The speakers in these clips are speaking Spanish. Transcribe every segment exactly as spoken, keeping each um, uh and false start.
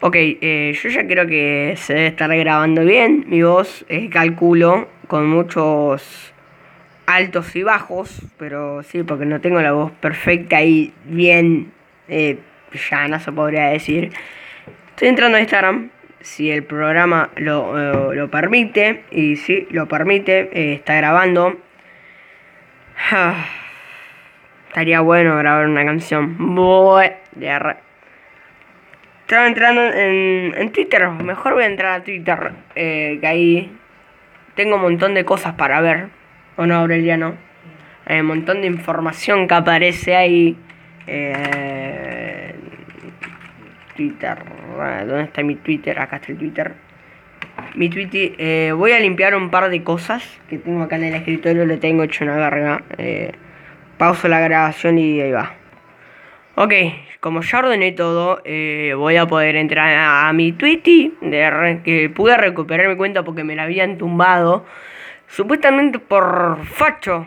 Ok, eh, yo ya creo que se debe estar grabando bien mi voz, eh, calculo, con muchos altos y bajos, pero sí, porque no tengo la voz perfecta y bien eh, llana, se podría decir. Estoy entrando a Instagram, si el programa lo, eh, lo permite, y sí, lo permite, eh, está grabando. Ah, estaría bueno grabar una canción. Bue- de R. Estaba entrando en, en Twitter, mejor voy a entrar a Twitter, eh, que ahí tengo un montón de cosas para ver, ¿o no, Aureliano? Hay un montón de información que aparece ahí. Eh, Twitter, ¿dónde está mi Twitter? Acá está el Twitter. Mi Twitter, eh, voy a limpiar un par de cosas que tengo acá en el escritorio, le tengo hecho una verga. Eh, pauso la grabación y ahí va. Ok, como ya ordené todo, eh, voy a poder entrar a, a mi Twitter, de re- que pude recuperar mi cuenta porque me la habían tumbado, supuestamente por facho.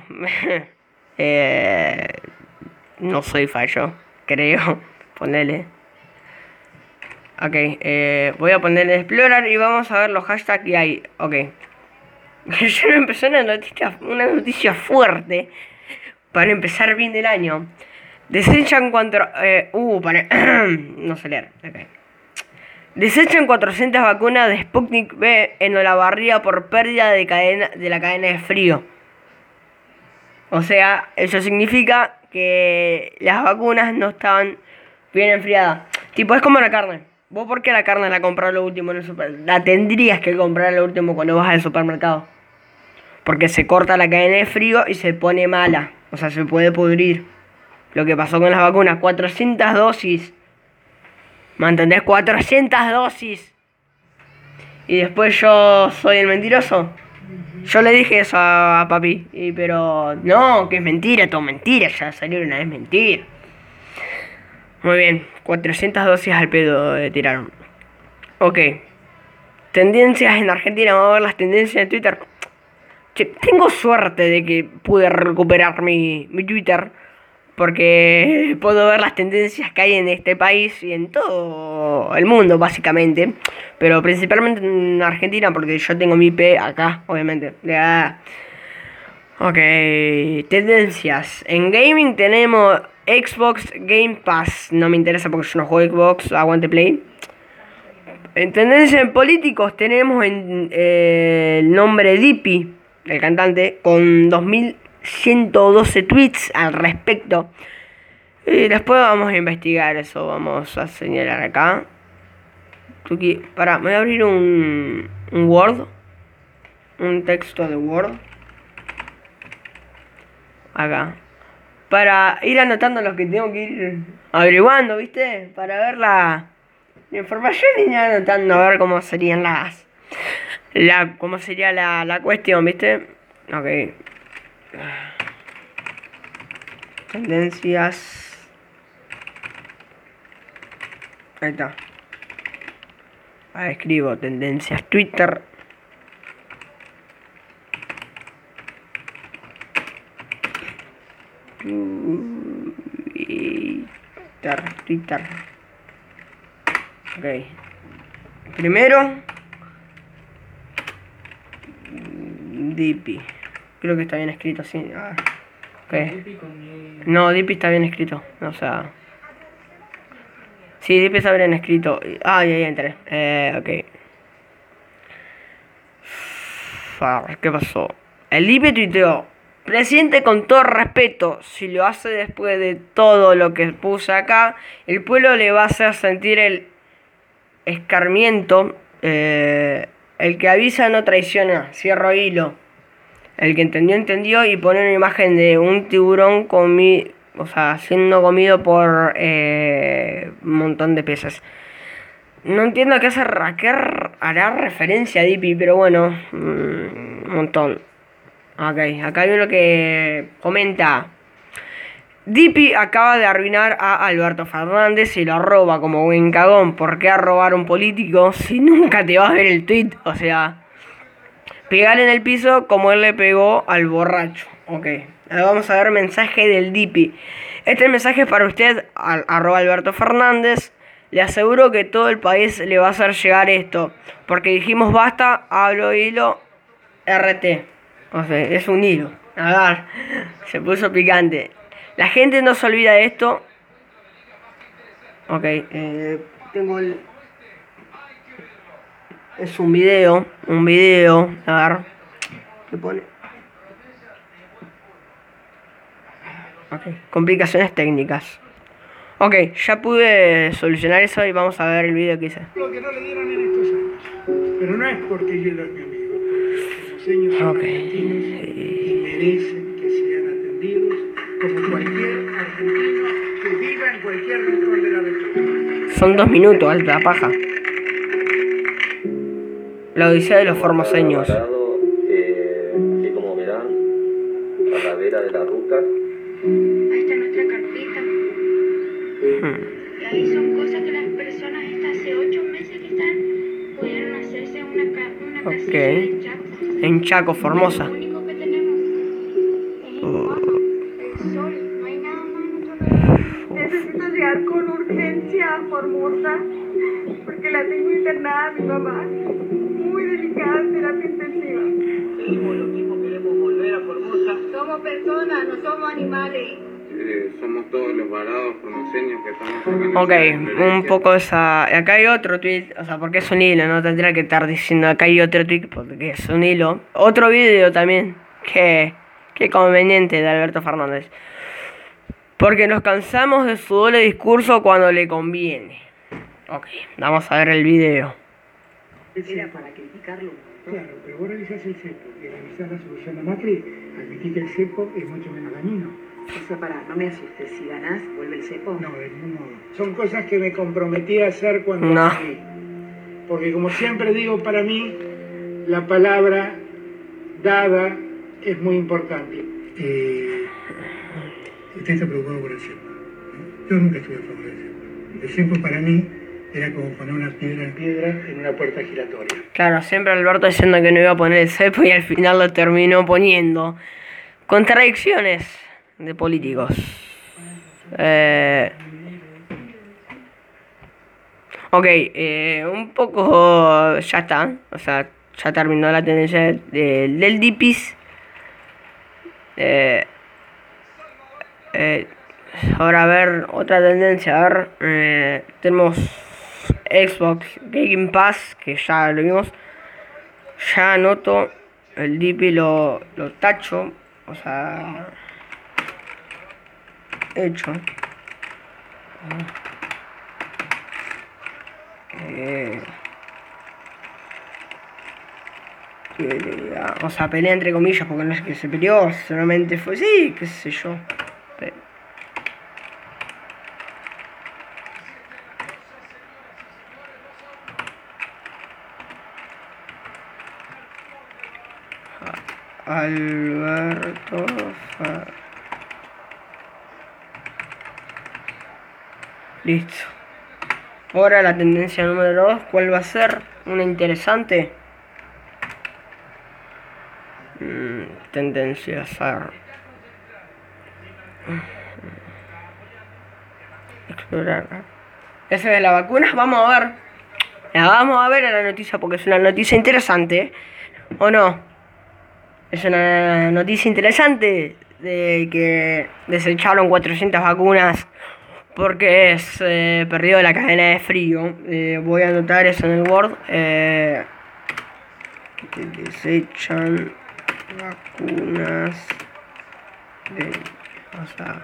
eh, no soy facho, creo, ponele. Ok, eh, voy a ponerle Explorar y vamos a ver los hashtags que hay. Ok. Ya me empezó una noticia, una noticia fuerte para empezar bien el año. Desechan cuatro... Eh, uh, para... no sé leer. Okay. Desechan cuatrocientas vacunas de Sputnik V en Olavarría por pérdida de, cadena, de la cadena de frío. O sea, eso significa que las vacunas no estaban bien enfriadas. Tipo, es como la carne. ¿Vos por qué la carne la compras lo último en el supermercado? La tendrías que comprar lo último cuando vas al supermercado. Porque se corta la cadena de frío y se pone mala. O sea, se puede pudrir. Lo que pasó con las vacunas. cuatrocientas dosis. ¿Me entendés? cuatrocientas dosis. Y después yo soy el mentiroso. Yo le dije eso a, a papi. Y, pero no, que es mentira, todo mentira. Ya salió una vez mentira. Muy bien. cuatrocientas dosis al pedo de tiraron. Ok. Tendencias en Argentina. Vamos a ver las tendencias de Twitter. Che, tengo suerte de que pude recuperar mi, mi Twitter. Porque puedo ver las tendencias que hay en este país y en todo el mundo, básicamente. Pero principalmente en Argentina, porque yo tengo mi I P acá, obviamente. Ah. Ok, tendencias. En gaming tenemos Xbox Game Pass. No me interesa porque yo no juego Xbox, aguante Play. En tendencia en políticos tenemos en, eh, el nombre Dippy, el cantante, con dos mil ciento doce tweets al respecto. Y después vamos a investigar eso, vamos a señalar acá. Tuki, para, me voy a abrir un, un Word, un texto de Word. Acá. Para ir anotando lo que tengo que ir averiguando, ¿viste? Para ver la, la información y ir anotando a ver cómo serían las... La, cómo sería la, la cuestión, ¿viste? Ok. Tendencias. Ahí está. Ahí escribo tendencias Twitter. Twitter, Twitter. Ok. Primero. Dippy. Creo que está bien escrito así. Ah, okay. No, Dippy está bien escrito. O sea. Sí, Dippy está bien escrito. Ah, ya, ya entré. Eh, ok. ¿Qué pasó? El Dippy tuiteó: presidente, con todo respeto, si lo hace después de todo lo que puse acá, el pueblo le va a hacer sentir el escarmiento. Eh, el que avisa no traiciona. Cierro hilo. El que entendió, entendió. Y pone una imagen de un tiburón comi o sea, siendo comido por eh, un montón de peces. No entiendo a qué, hace, a qué hará referencia a Dippy, pero bueno, un montón. Ok, acá hay uno que comenta: Dippy acaba de arruinar a Alberto Fernández y lo arroba como buen cagón. ¿Por qué arrobar a un político si nunca te vas a ver el tweet? O sea, pegar en el piso como él le pegó al borracho. Ok, ahora vamos a ver mensaje del Dippy. Este mensaje es para usted, al, arroba Alberto Fernández. Le aseguro que todo el país le va a hacer llegar esto. Porque dijimos basta, hablo hilo, R T. O sea, es un hilo. A ver, se puso picante. La gente no se olvida de esto. Ok, eh, tengo el... Es un video, un video, a ver, ¿qué pone? Ok, complicaciones técnicas. Ok, ya pude solucionar eso y vamos a ver el video que hice. Lo que no le dieron en estos años. Pero no es porque Guido es mi amigo, porque los seños son Okay. argentinos y merecen que sean atendidos como cualquier argentino que viva en cualquier rincón de la República. Son dos minutos, alta paja. La odisea de los formoseños. Parado, eh, así como verán, a la vera de la ruta. Ahí está nuestra carpeta. Hmm. Y ahí son cosas que las personas estas hace ocho meses que están pudieron hacerse una, ca una Ok. casilla de Chaco. En Chaco, Formosa. Lo único que tenemos es el agua, el sol, no hay nada más en nuestro alrededor. Necesito llegar con urgencia a Formosa porque la tengo internada mi mamá. Muy delicada en terapia intensiva. Seguimos los tipos queremos volver a Formosa. Somos personas, no somos animales. Eh, somos todos los varados formoseños que estamos acá en Ok, esa un experiencia. poco esa... Acá hay otro tweet, o sea, porque es un hilo, no tendría que estar diciendo acá hay otro tweet porque es un hilo. Otro video también, que, que conveniente de Alberto Fernández. Porque nos cansamos de su doble discurso cuando le conviene. Ok, vamos a ver el video. Era para criticarlo. Claro, pero vos revisás el cepo y revisás la solución de Macri, admití que el cepo es mucho menos dañino. O sea, pará, no me asustes. Si ganás, vuelve el cepo. No, de ningún modo. Son cosas que me comprometí a hacer cuando No. asumí. Porque como siempre digo, para mí, la palabra dada es muy importante. Eh, usted está preocupado por el cepo. ¿No? Yo nunca estuve a favor del cepo. El cepo para mí era como poner una piedra en piedra en una puerta giratoria. Claro, siempre Alberto diciendo que no iba a poner el cepo y al final lo terminó poniendo. Contradicciones de políticos. Eh... Ok, eh, un poco ya está. O sea, ya terminó la tendencia de- del Dipis. Eh, eh, ahora a ver, otra tendencia. A ver, eh, tenemos Xbox Game Pass, que ya lo vimos. Ya anoto el Dipi, lo, lo tacho. O sea, hecho. Eh, pelea, o sea, pelea entre comillas, porque no es que se peleó, solamente fue, sí, qué sé yo. Pe- Alberto Fer- Listo. Ahora la tendencia número dos, ¿cuál va a ser? Una interesante. Mm, tendencias a ver. Explorar. Ese de la vacuna, vamos a ver. La vamos a ver en la noticia porque es una noticia interesante. ¿O no? Es una noticia interesante de que desecharon cuatrocientas vacunas porque se perdió la cadena de frío. Eh, voy a anotar eso en el Word. Eh, que desechan vacunas de, o sea,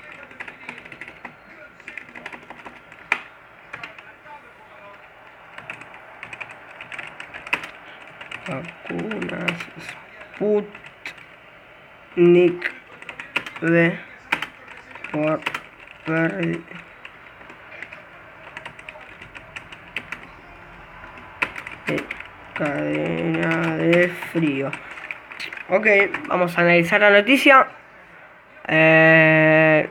vacunas Sputnik V por pérdida de cadena de frío. Ok, vamos a analizar la noticia. Eh,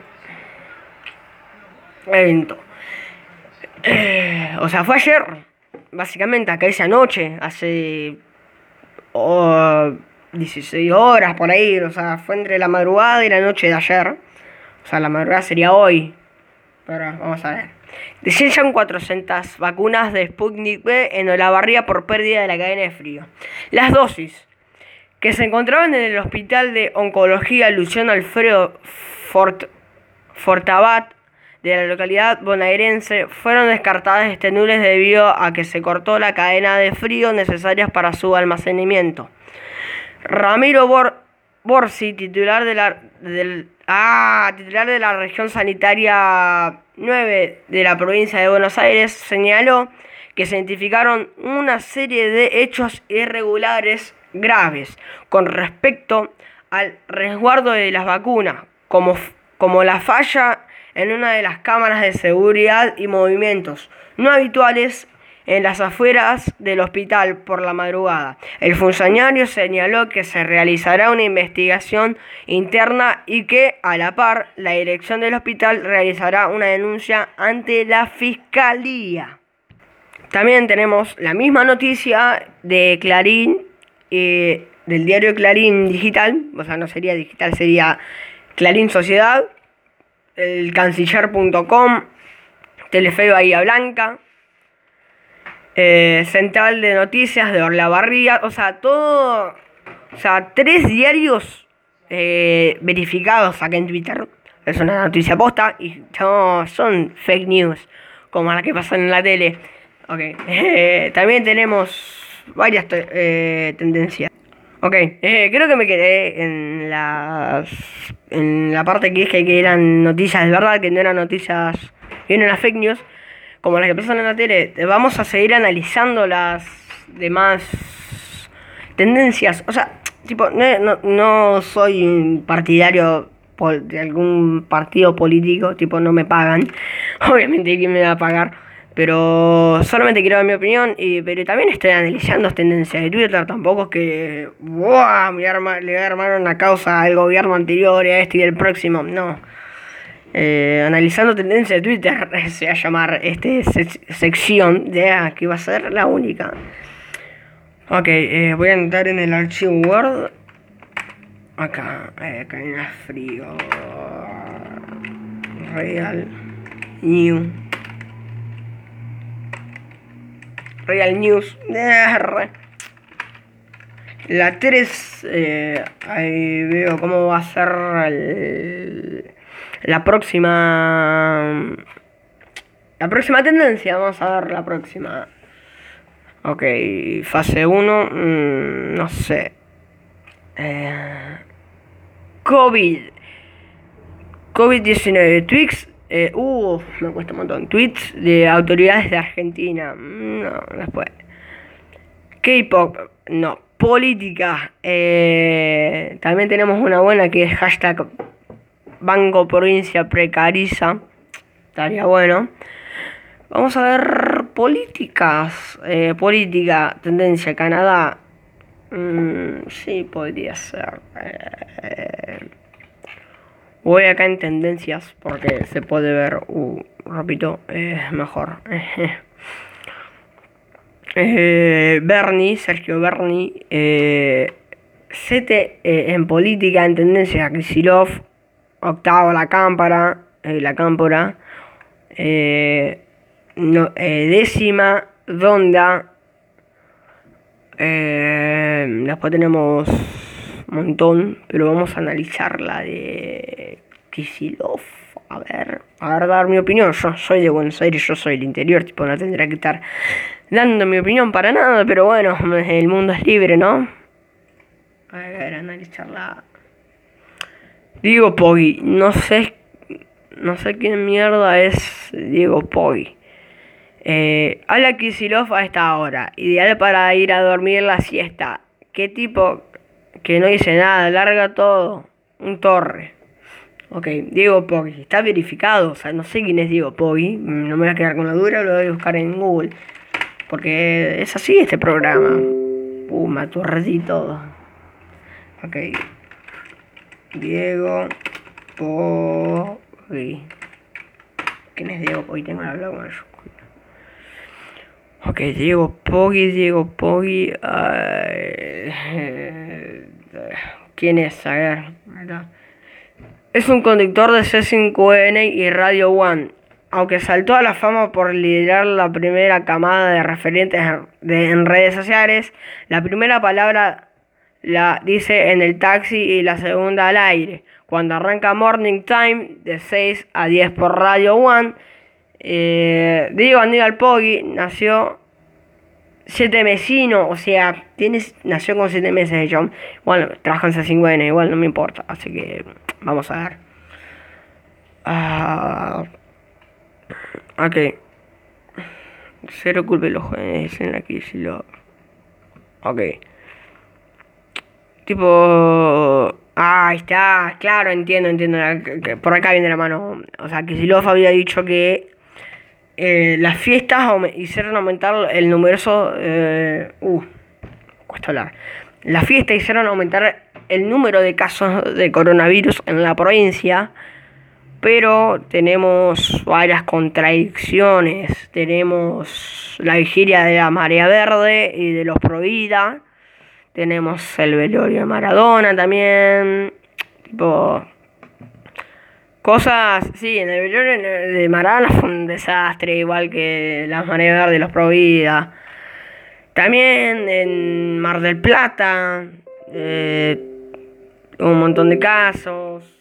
evento. Eh, o sea, fue ayer. Básicamente, acá dice anoche. Hace oh, dieciséis horas por ahí. O sea, fue entre la madrugada y la noche de ayer. O sea, la madrugada sería hoy. Pero vamos a ver. Desenchan cuatrocientas vacunas de Sputnik V en Olavarría por pérdida de la cadena de frío. Las dosis que se encontraban en el Hospital de Oncología Luciano Alfredo Fort, Fortabat de la localidad bonaerense fueron descartadas este lunes debido a que se cortó la cadena de frío necesarias para su almacenamiento. Ramiro Bor, Borsi, titular de la del, ah, titular de la región sanitaria nueve de la provincia de Buenos Aires, señaló que se identificaron una serie de hechos irregulares graves con respecto al resguardo de las vacunas, como, como la falla en una de las cámaras de seguridad y movimientos no habituales en las afueras del hospital por la madrugada. El funcionario señaló que se realizará una investigación interna y que, a la par, la dirección del hospital realizará una denuncia ante la Fiscalía. También tenemos la misma noticia de Clarín, eh, del diario Clarín Digital, o sea, no sería digital, sería Clarín Sociedad, el canciller punto com, Telefe Bahía Blanca, eh, Central de Noticias de Olavarría, o sea, todo, o sea, tres diarios eh, verificados acá en Twitter. Es una noticia posta y no son fake news como las que pasan en la tele. Okay. Eh, también tenemos varias te- eh, tendencias. Ok, eh, creo que me quedé en las en la parte que dije que eran noticias de verdad, que no eran noticias, que no eran fake news, como las que pasan en la tele. Vamos a seguir analizando las demás tendencias. O sea, tipo, no, no, no soy un partidario pol- de algún partido político, tipo, no me pagan. Obviamente, ¿quién me va a pagar? Pero solamente quiero dar mi opinión, y, pero también estoy analizando las tendencias de Twitter. Tampoco es que ¡buah! Me voy a armar, le voy a armar una causa al gobierno anterior y a este y al próximo. No. Eh, analizando tendencias de Twitter se va a llamar este sec- sección de ah, que va a ser la única. Ok, eh, voy a entrar en el archivo Word. Acá, eh, acá en el frío. Real New. Real News. La tres, eh, ahí veo cómo va a ser el, la próxima. La próxima tendencia. Vamos a ver la próxima. Ok, fase uno. Mmm, no sé. Eh, COVID. COVID diecinueve. Tweets. Eh, uh, me cuesta un montón. Tweets de autoridades de Argentina. No, después. K-pop. No. Política. Eh, también tenemos una buena que es hashtag Banco Provincia Precariza. Estaría bueno. Vamos a ver políticas. Eh, política. Tendencia. Canadá. Mm, sí, podría ser. Eh, Voy acá en tendencias porque se puede ver, uh, repito, es eh, mejor. eh, Bernie, Sergio Berni, eh, sete eh, en política, en tendencias, Kicillof, octavo la cámpora, eh, la cámpora, eh, no, eh, décima, Donda, eh, después tenemos montón, pero vamos a analizar la de Kicillof. A ver, a ver, dar mi opinión. Yo soy de Buenos Aires, yo soy del interior, tipo, no tendría que estar dando mi opinión para nada, pero bueno, el mundo es libre, ¿no? A ver, analizarla. Diego Poggi, no sé, no sé quién mierda es Diego Poggi. Eh, habla Kicillof a esta hora, ideal para ir a dormir la siesta. ¿Qué tipo? Que no dice nada, larga todo. Un torre. Ok, Diego Poggi. Está verificado. O sea, no sé quién es Diego Poggi. No me voy a quedar con la dura, lo voy a buscar en Google. Porque es así este programa. Uh, me aturdí todo. Ok. Diego Poggi. ¿Quién es Diego Poggi? Tengo la blog mayúscula. Ok, Diego Poggi, Diego Poggi. Uh, ¿Quién es? A ver. Es un conductor de C cinco N y Radio One. aunque saltó a la fama por liderar la primera camada de referentes en, de, en redes sociales, la primera palabra la dice en el taxi y la segunda al aire. Cuando arranca Morning Time de seis a diez por Radio One, eh, Diego Aníbal Poggi nació siete mesino, o sea, tienes, nació con siete meses de John. Bueno, trabaja en C cinco N, igual no me importa, así que vamos a ver. Ah, ok. Cero culpa de los jóvenes en la que si lo. Ok. Tipo. Ah, ahí está, claro, entiendo, entiendo. Que, que por acá viene la mano. O sea, Kicillof había dicho que eh, las fiestas aume- hicieron aumentar el numeroso. Eh, uh, cuesta hablar. Las fiestas hicieron aumentar el número de casos de coronavirus en la provincia. Pero tenemos varias contradicciones. Tenemos la vigilia de la Marea Verde y de los Provida. Tenemos el velorio de Maradona también. Tipo. Cosas. Sí, en el velorio de Maradona fue un desastre. Igual que la Marea Verde y los Provida. También en Mar del Plata. Eh, un montón de casos.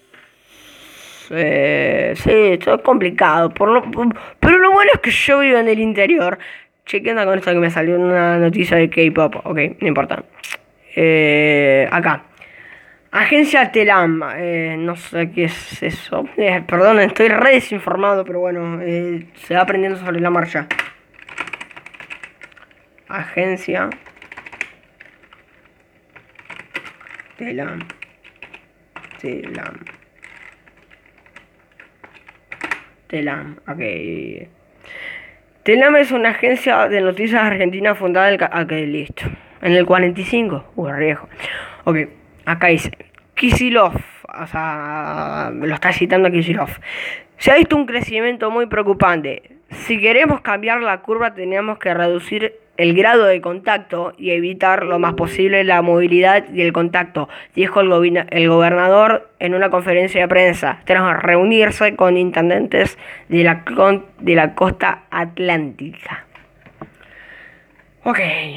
Eh, sí, esto es complicado. Por lo, por, pero lo bueno es que yo vivo en el interior. Che, ¿qué onda con esto que me salió una noticia de K-pop? Ok, no importa. Eh, acá. Agencia Telam. Eh, no sé qué es eso. Eh, perdón, estoy re desinformado, pero bueno, eh, se va aprendiendo sobre la marcha. Agencia Telam. Telam. Telam, ok. Telam es una agencia de noticias argentina fundada en el... Ok, listo. En el cuarenta y cinco. Uy, viejo. Ok, acá dice. Kicillof. O sea, lo está citando a Kicillof. Se ha visto un crecimiento muy preocupante. Si queremos cambiar la curva, tenemos que reducir el grado de contacto y evitar lo más posible la movilidad y el contacto, dijo el, gobi- el gobernador en una conferencia de prensa tras reunirse con intendentes de la, con- de la costa atlántica. Ok.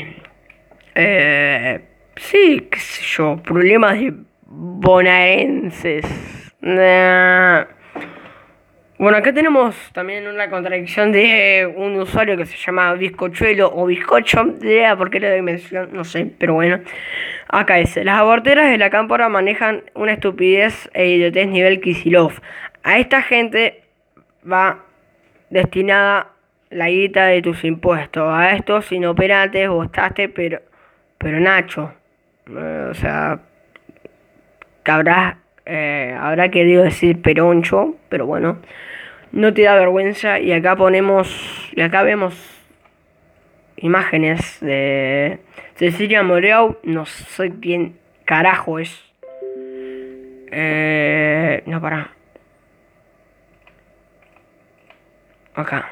Eh, sí, qué sé yo, problemas de bonaerenses. Nah. Bueno, acá tenemos también una contradicción de un usuario que se llama Bizcochuelo o Bizcocho. Yeah, ¿por qué le doy mención? No sé, pero bueno. Acá dice, las aborteras de la cámpora manejan una estupidez e idiotez nivel Kicillof. A esta gente va destinada la guita de tus impuestos. A estos inoperantes votaste, pero, pero Nacho. Eh, o sea, que habrá, eh, habrá querido decir peroncho, pero bueno. No te da vergüenza. Y acá ponemos, y acá vemos imágenes de Cecilia Moreau. No sé quién carajo es. Eh, no, pará. Acá.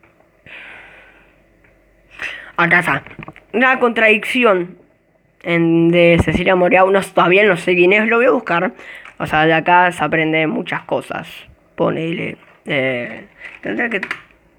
Acá está. Una contradicción en, de Cecilia Moreau. No, todavía no sé quién es. Lo voy a buscar. O sea, de acá se aprende muchas cosas. Ponele. Eh, tendré que...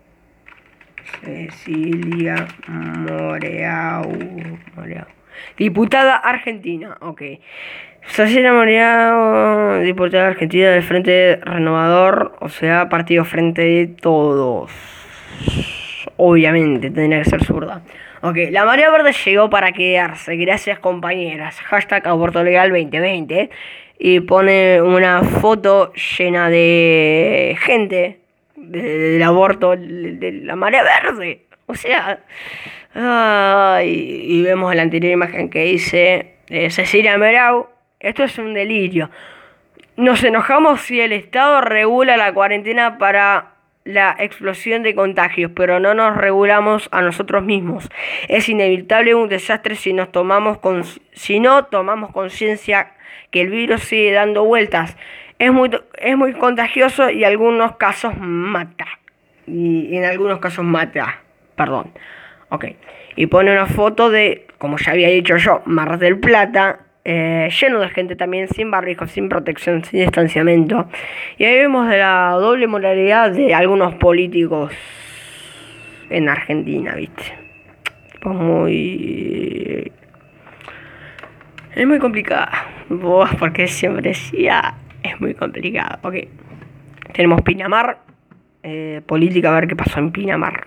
Cecilia Moreau, Moreau. Diputada argentina, ok. Cecilia Moreau, diputada argentina del Frente Renovador, o sea, Partido Frente de Todos. Obviamente, tendría que ser zurda. Ok, la marea verde llegó para quedarse, gracias compañeras. Hashtag aborto legal veinte veinte. Y pone una foto llena de gente de, de, del aborto, de, de la marea verde. O sea, ay, y vemos la anterior imagen que dice eh, Cecilia Moreau. Esto es un delirio. Nos enojamos si el Estado regula la cuarentena para la explosión de contagios, pero no nos regulamos a nosotros mismos. Es inevitable un desastre si nos tomamos con, si no tomamos conciencia que el virus sigue dando vueltas. Es muy, es muy contagioso y en algunos casos mata. Y en algunos casos mata. Perdón. Ok. Y pone una foto de, como ya había dicho yo, Mar del Plata. eh, lleno de gente también, sin barbijo, sin protección, sin distanciamiento. Y ahí vemos de la doble moralidad de algunos políticos en Argentina, ¿viste? Pues muy... Es muy complicado. Vos, porque siempre decía, es muy complicado. Ok. Tenemos Pinamar. Eh, política, a ver qué pasó en Pinamar.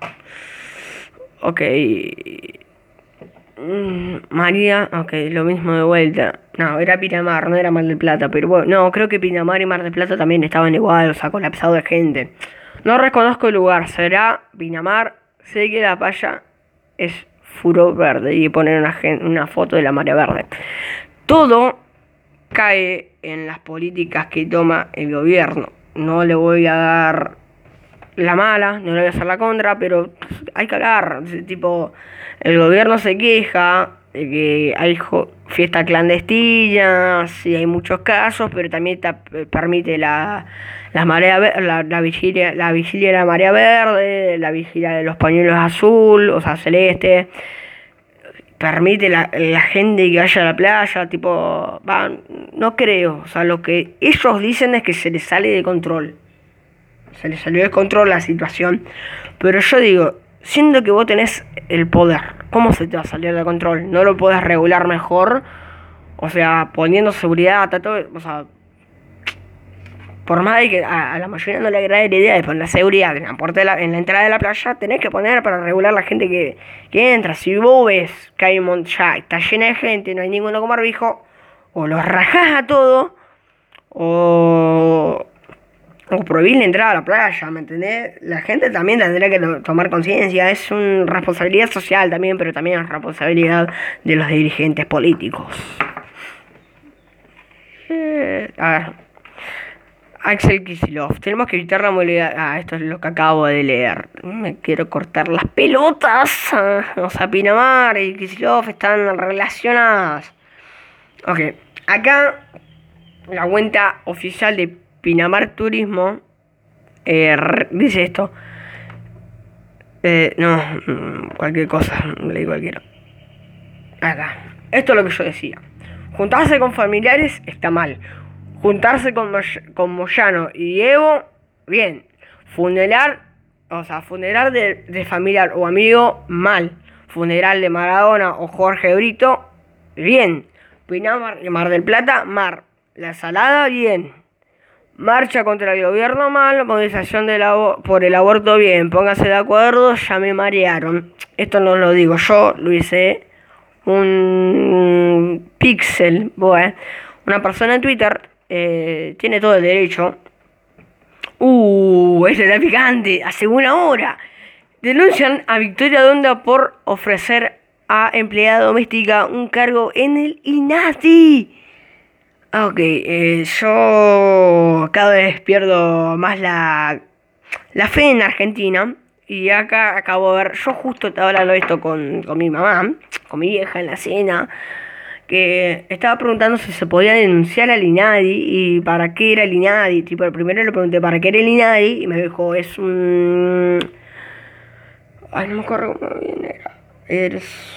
Ok. Mm, María, ok, lo mismo de vuelta. No, era Pinamar, no era Mar del Plata. Pero bueno, no, creo que Pinamar y Mar del Plata también estaban igual, o sea, colapsado de gente. No reconozco el lugar, será Pinamar. Sé que la playa es Furo Verde y poner una, una foto de la marea verde. Todo cae en las políticas que toma el gobierno. No le voy a dar la mala, no le voy a hacer la contra, pero hay que hablar. Tipo, el gobierno se queja de que hay fiestas clandestinas y hay muchos casos, pero también te permite la, la marea la, la vigilia la vigilia de la marea verde, la vigilia de los pañuelos azul, o sea, celeste. Permite la, la gente que vaya a la playa, tipo, va, no creo, o sea, lo que ellos dicen es que se les sale de control. Se les salió de control la situación. Pero yo digo, siendo que vos tenés el poder, ¿cómo se te va a salir de control? ¿No lo podés regular mejor? O sea, poniendo seguridad, todo, o sea, por más de que a, a la mayoría no le agrade la idea de poner la seguridad en la, puerta de la, en la entrada de la playa, tenés que poner para regular la gente que, que entra. Si vos ves que hay mon- ya está llena de gente, no hay ninguno con barbijo, o los rajás a todo, o... o prohibir la entrada a la playa, ¿me entendés? La gente también tendría que to- tomar conciencia. Es una responsabilidad social también, pero también es responsabilidad de los dirigentes políticos. Eh, a ver. Axel Kicillof. Tenemos que evitar la movilidad. Ah, esto es lo que acabo de leer. Me quiero cortar las pelotas. O sea, Pinamar y Kicillof están relacionadas. Ok. Acá, la cuenta oficial de Pinamar Turismo eh, dice esto. Eh, no, cualquier cosa, leí cualquiera. Acá. Esto es lo que yo decía. Juntarse con familiares está mal. Juntarse con, con Moyano y Evo, bien. Funeral, o sea, funeral de, de familiar o amigo, mal. Funeral de Maradona o Jorge Brito, bien. Pinamar y Mar del Plata, mar. La Salada, bien. Marcha contra el gobierno, mal. Movilización del abo- por el aborto, bien. Pónganse de acuerdo, ya me marearon. Esto no lo digo yo, lo hice un pixel, bueno, una persona en Twitter. Eh, tiene todo el derecho. Uh, esta era picante. Hace una hora denuncian a Victoria Donda por ofrecer a empleada doméstica un cargo en el INADI. Ok, eh, yo cada vez pierdo más la, la fe en Argentina. Y acá acabo de ver, yo justo estaba hablando de esto con, con mi mamá, con mi vieja en la cena, que estaba preguntando si se podía denunciar al INADI y para qué era el INADI. Tipo, primero le pregunté para qué era el INADI y me dijo, es un... Ay, no me acuerdo cómo bien era. Es...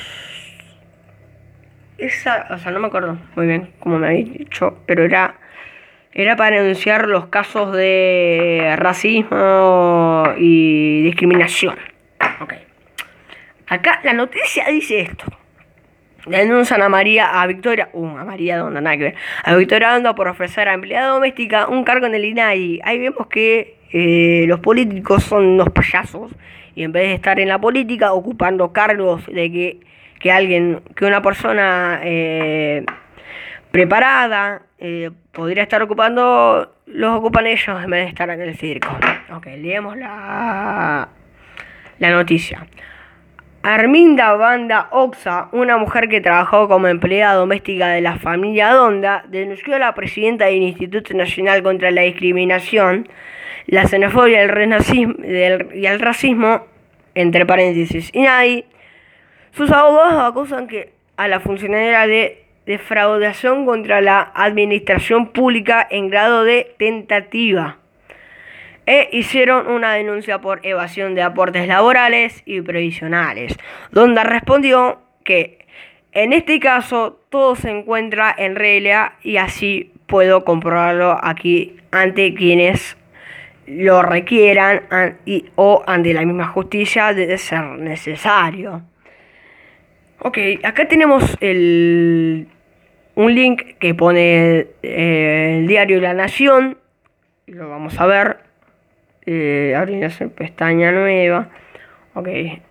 Esa, o sea, no me acuerdo muy bien cómo me habéis dicho, pero era... Era para denunciar los casos de racismo y discriminación. Ok. Acá la noticia dice esto. Denuncian a María, a Victoria, uh, a María Donda, nada que ver, a Victoria Donda por ofrecer a empleada doméstica un cargo en el INADI. Ahí vemos que eh, los políticos son unos payasos y en vez de estar en la política ocupando cargos de que, que alguien, que una persona eh, preparada eh, podría estar ocupando, los ocupan ellos en vez de estar en el circo. Ok, leemos la, la noticia. Arminda Banda Oxa, una mujer que trabajó como empleada doméstica de la familia Donda, denunció a la presidenta del Instituto Nacional contra la Discriminación, la Xenofobia el racismo, y el Racismo, entre paréntesis, INADI. Sus abogados acusan que a la funcionaria de defraudación contra la administración pública en grado de tentativa. E hicieron una denuncia por evasión de aportes laborales y previsionales, donde respondió que en este caso todo se encuentra en regla y así puedo comprobarlo aquí ante quienes lo requieran an- y, o ante la misma justicia de ser necesario. Ok, acá tenemos el, un link que pone eh, el diario La Nación. Lo vamos a ver. Eh, abrimos en pestaña nueva. Ok.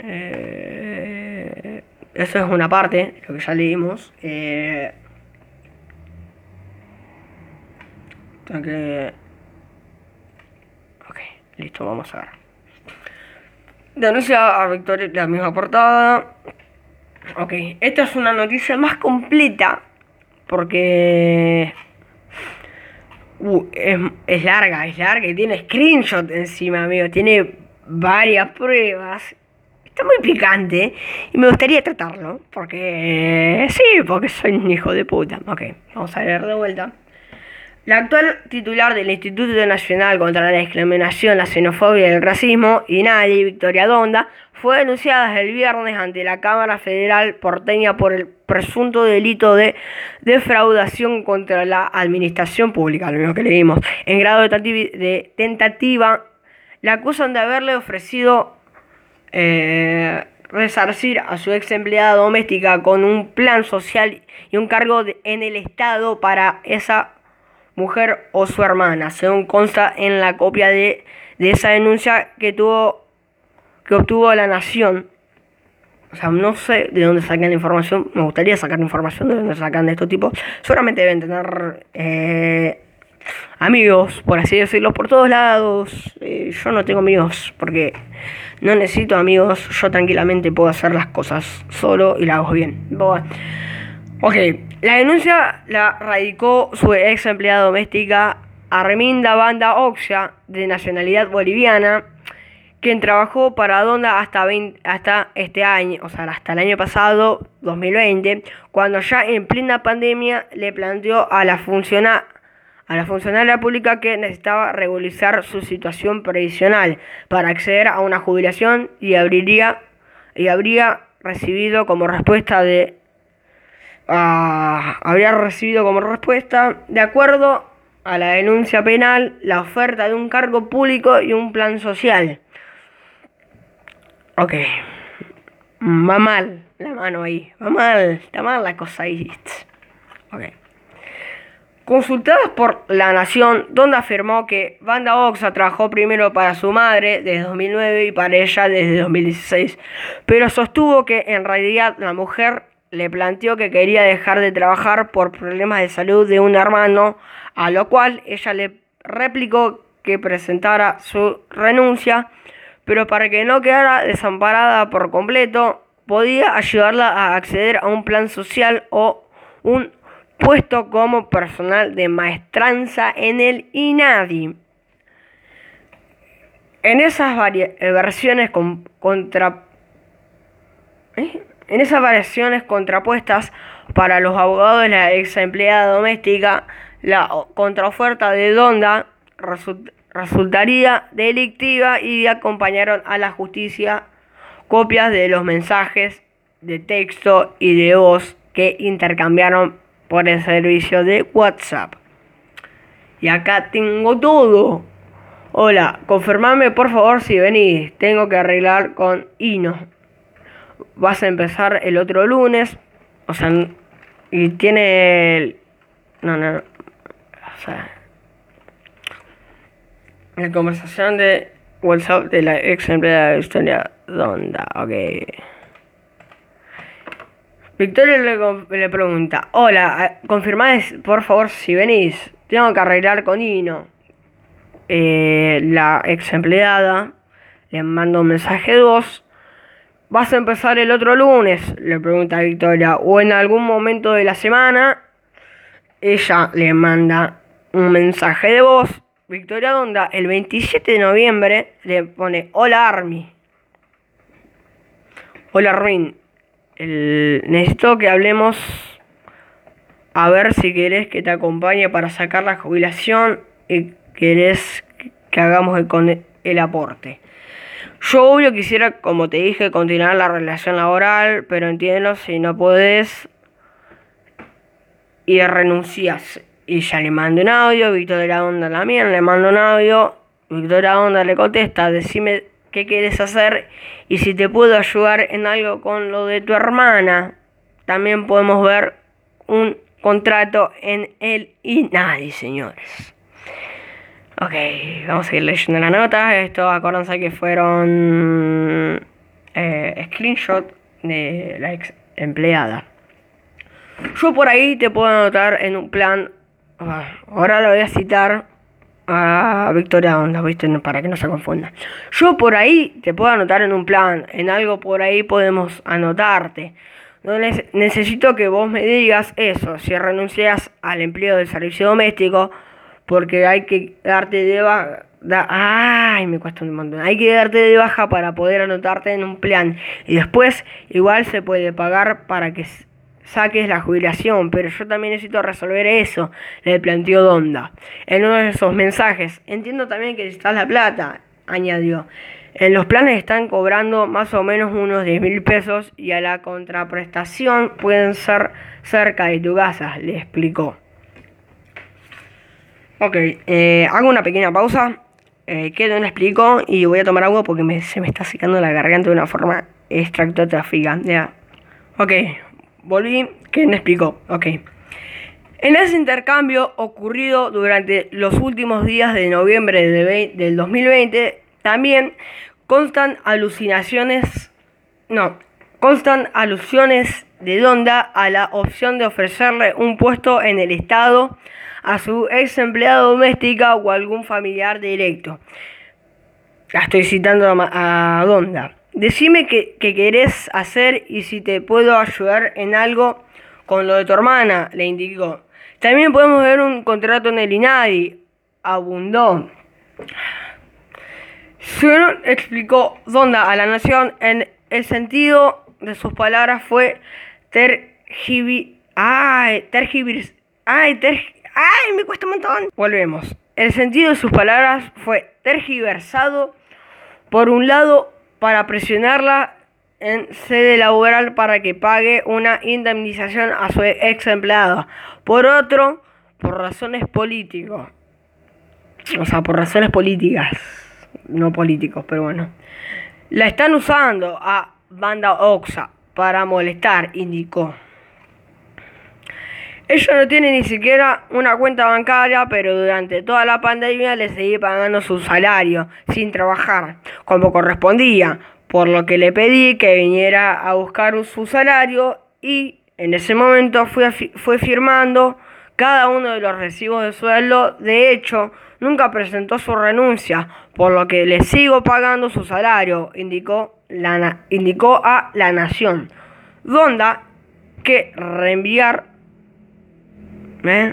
Eh, eso es una parte, lo que ya leímos. Eh, tengo que... Ok, listo, vamos a ver. Denuncia a Victoria, la misma portada. Ok, esta es una noticia más completa porque uh, es, es larga, es larga y tiene screenshot encima, amigo. Tiene varias pruebas. Está muy picante y me gustaría tratarlo porque sí, porque soy un hijo de puta. Ok, vamos a leer de vuelta. La actual titular del Instituto Nacional contra la Discriminación, la Xenofobia y el Racismo, INADI, Victoria Donda, fue denunciada el viernes ante la Cámara Federal porteña por el presunto delito de defraudación contra la administración pública, lo mismo que leímos. En grado de, tentativa, de tentativa la acusan de haberle ofrecido eh, resarcir a su ex empleada doméstica con un plan social y un cargo de, en el Estado para esa mujer o su hermana, según consta en la copia de, de esa denuncia que tuvo que obtuvo La Nación. O sea, no sé de dónde sacan la información. Me gustaría sacar información de dónde sacan de estos tipos. Seguramente deben tener eh, amigos, por así decirlo, por todos lados. Eh, yo no tengo amigos porque no necesito amigos. Yo tranquilamente puedo hacer las cosas solo y las hago bien. Bueno, ok, la denuncia la radicó su ex empleada doméstica Arminda Banda Oxia, de nacionalidad boliviana, quien trabajó para Donda hasta, veinte, hasta este año, o sea, hasta el año pasado, dos mil veinte, cuando ya en plena pandemia le planteó a la, funciona, a la funcionaria pública que necesitaba regularizar su situación previsional para acceder a una jubilación y, abriría, y habría recibido como respuesta de Uh, habría recibido como respuesta, de acuerdo a la denuncia penal, la oferta de un cargo público y un plan social. Ok, va mal la mano ahí, va mal, está mal la cosa ahí. Ok. Consultadas por La Nación, donde afirmó que Banda Oxia trabajó primero para su madre desde dos mil nueve y para ella desde dos mil dieciséis, pero sostuvo que en realidad la mujer le planteó que quería dejar de trabajar por problemas de salud de un hermano, a lo cual ella le replicó que presentara su renuncia, pero para que no quedara desamparada por completo, podía ayudarla a acceder a un plan social o un puesto como personal de maestranza en el INADI. En esas vari- versiones con, contra... ¿Eh? En esas variaciones contrapuestas para los abogados de la ex empleada doméstica, la contraoferta de Donda result- resultaría delictiva y acompañaron a la justicia copias de los mensajes de texto y de voz que intercambiaron por el servicio de WhatsApp. Y acá tengo todo. Hola, confirmame por favor si venís. Tengo que arreglar con Ino. Vas a empezar el otro lunes. O sea, y tiene el... No, no, no. O sea, la conversación de WhatsApp de la ex empleada de Victoria Donda. Ok. Victoria le, le pregunta: hola, confirmad por favor si venís. Tengo que arreglar con Ino. Eh, la ex empleada le manda un mensaje de voz. ¿Vas a empezar el otro lunes?, le pregunta a Victoria, o en algún momento de la semana. Ella le manda un mensaje de voz. Victoria Donda el veintisiete de noviembre le pone: hola Armi. Hola Armin. El, necesito que hablemos, a ver si querés que te acompañe para sacar la jubilación y querés que hagamos el, con el aporte. Yo obvio quisiera, como te dije, continuar la relación laboral, pero entiendo si no podés y renuncias. Y ya le mando un audio, Victoria Onda también le mando un audio, Victoria Onda le contesta, decime qué quieres hacer y si te puedo ayudar en algo con lo de tu hermana. También podemos ver un contrato en el INADI, señores. Ok, vamos a seguir leyendo la nota. Esto, acuérdense que fueron eh, screenshot de la ex empleada. Yo por ahí te puedo anotar en un plan. Ahora lo voy a citar a Victoria Onda, ¿viste? Para que no se confunda. Yo por ahí te puedo anotar en un plan. En algo por ahí podemos anotarte. No necesito que vos me digas eso. Si renuncias al empleo del servicio doméstico, porque hay que darte de baja. Da, ay, me cuesta un montón. Hay que darte de baja para poder anotarte en un plan. Y después, igual se puede pagar para que saques la jubilación. Pero yo también necesito resolver eso, le planteó Donda. En uno de esos mensajes. Entiendo también que necesitas la plata, añadió. En los planes están cobrando más o menos unos diez mil pesos y a la contraprestación pueden ser cerca de tu casa, le explicó. Ok, eh, hago una pequeña pausa, eh, que no le explico y voy a tomar agua porque me, se me está secando la garganta de una forma estrepitofágica. Ya. Ok, volví, que no explicó. Ok. En ese intercambio ocurrido durante los últimos días de noviembre de del dos mil veinte, también constan alucinaciones, no, constan alusiones de Donda a la opción de ofrecerle un puesto en el Estado a su ex empleada doméstica o algún familiar directo. La estoy citando a, a Donda. Decime qué, qué querés hacer y si te puedo ayudar en algo con lo de tu hermana, le indicó. También podemos ver un contrato en el INADI, abundó. Según explicó Donda a La Nación, en el sentido de sus palabras fue tergivi... Ay, tergivir... Ay, ter... Ay, me cuesta un montón. Volvemos. El sentido de sus palabras fue tergiversado, por un lado, para presionarla en sede laboral para que pague una indemnización a su ex empleada. Por otro, por razones políticas. O sea, por razones políticas. No políticos, pero bueno. La están usando a Banda Oxa para molestar, indicó. Ella no tiene ni siquiera una cuenta bancaria, pero durante toda la pandemia le seguí pagando su salario sin trabajar, como correspondía, por lo que le pedí que viniera a buscar su salario y en ese momento fue, fue firmando cada uno de los recibos de sueldo. De hecho, nunca presentó su renuncia, por lo que le sigo pagando su salario, indicó, la, indicó a La Nación. Donda que reenviar ¿Eh?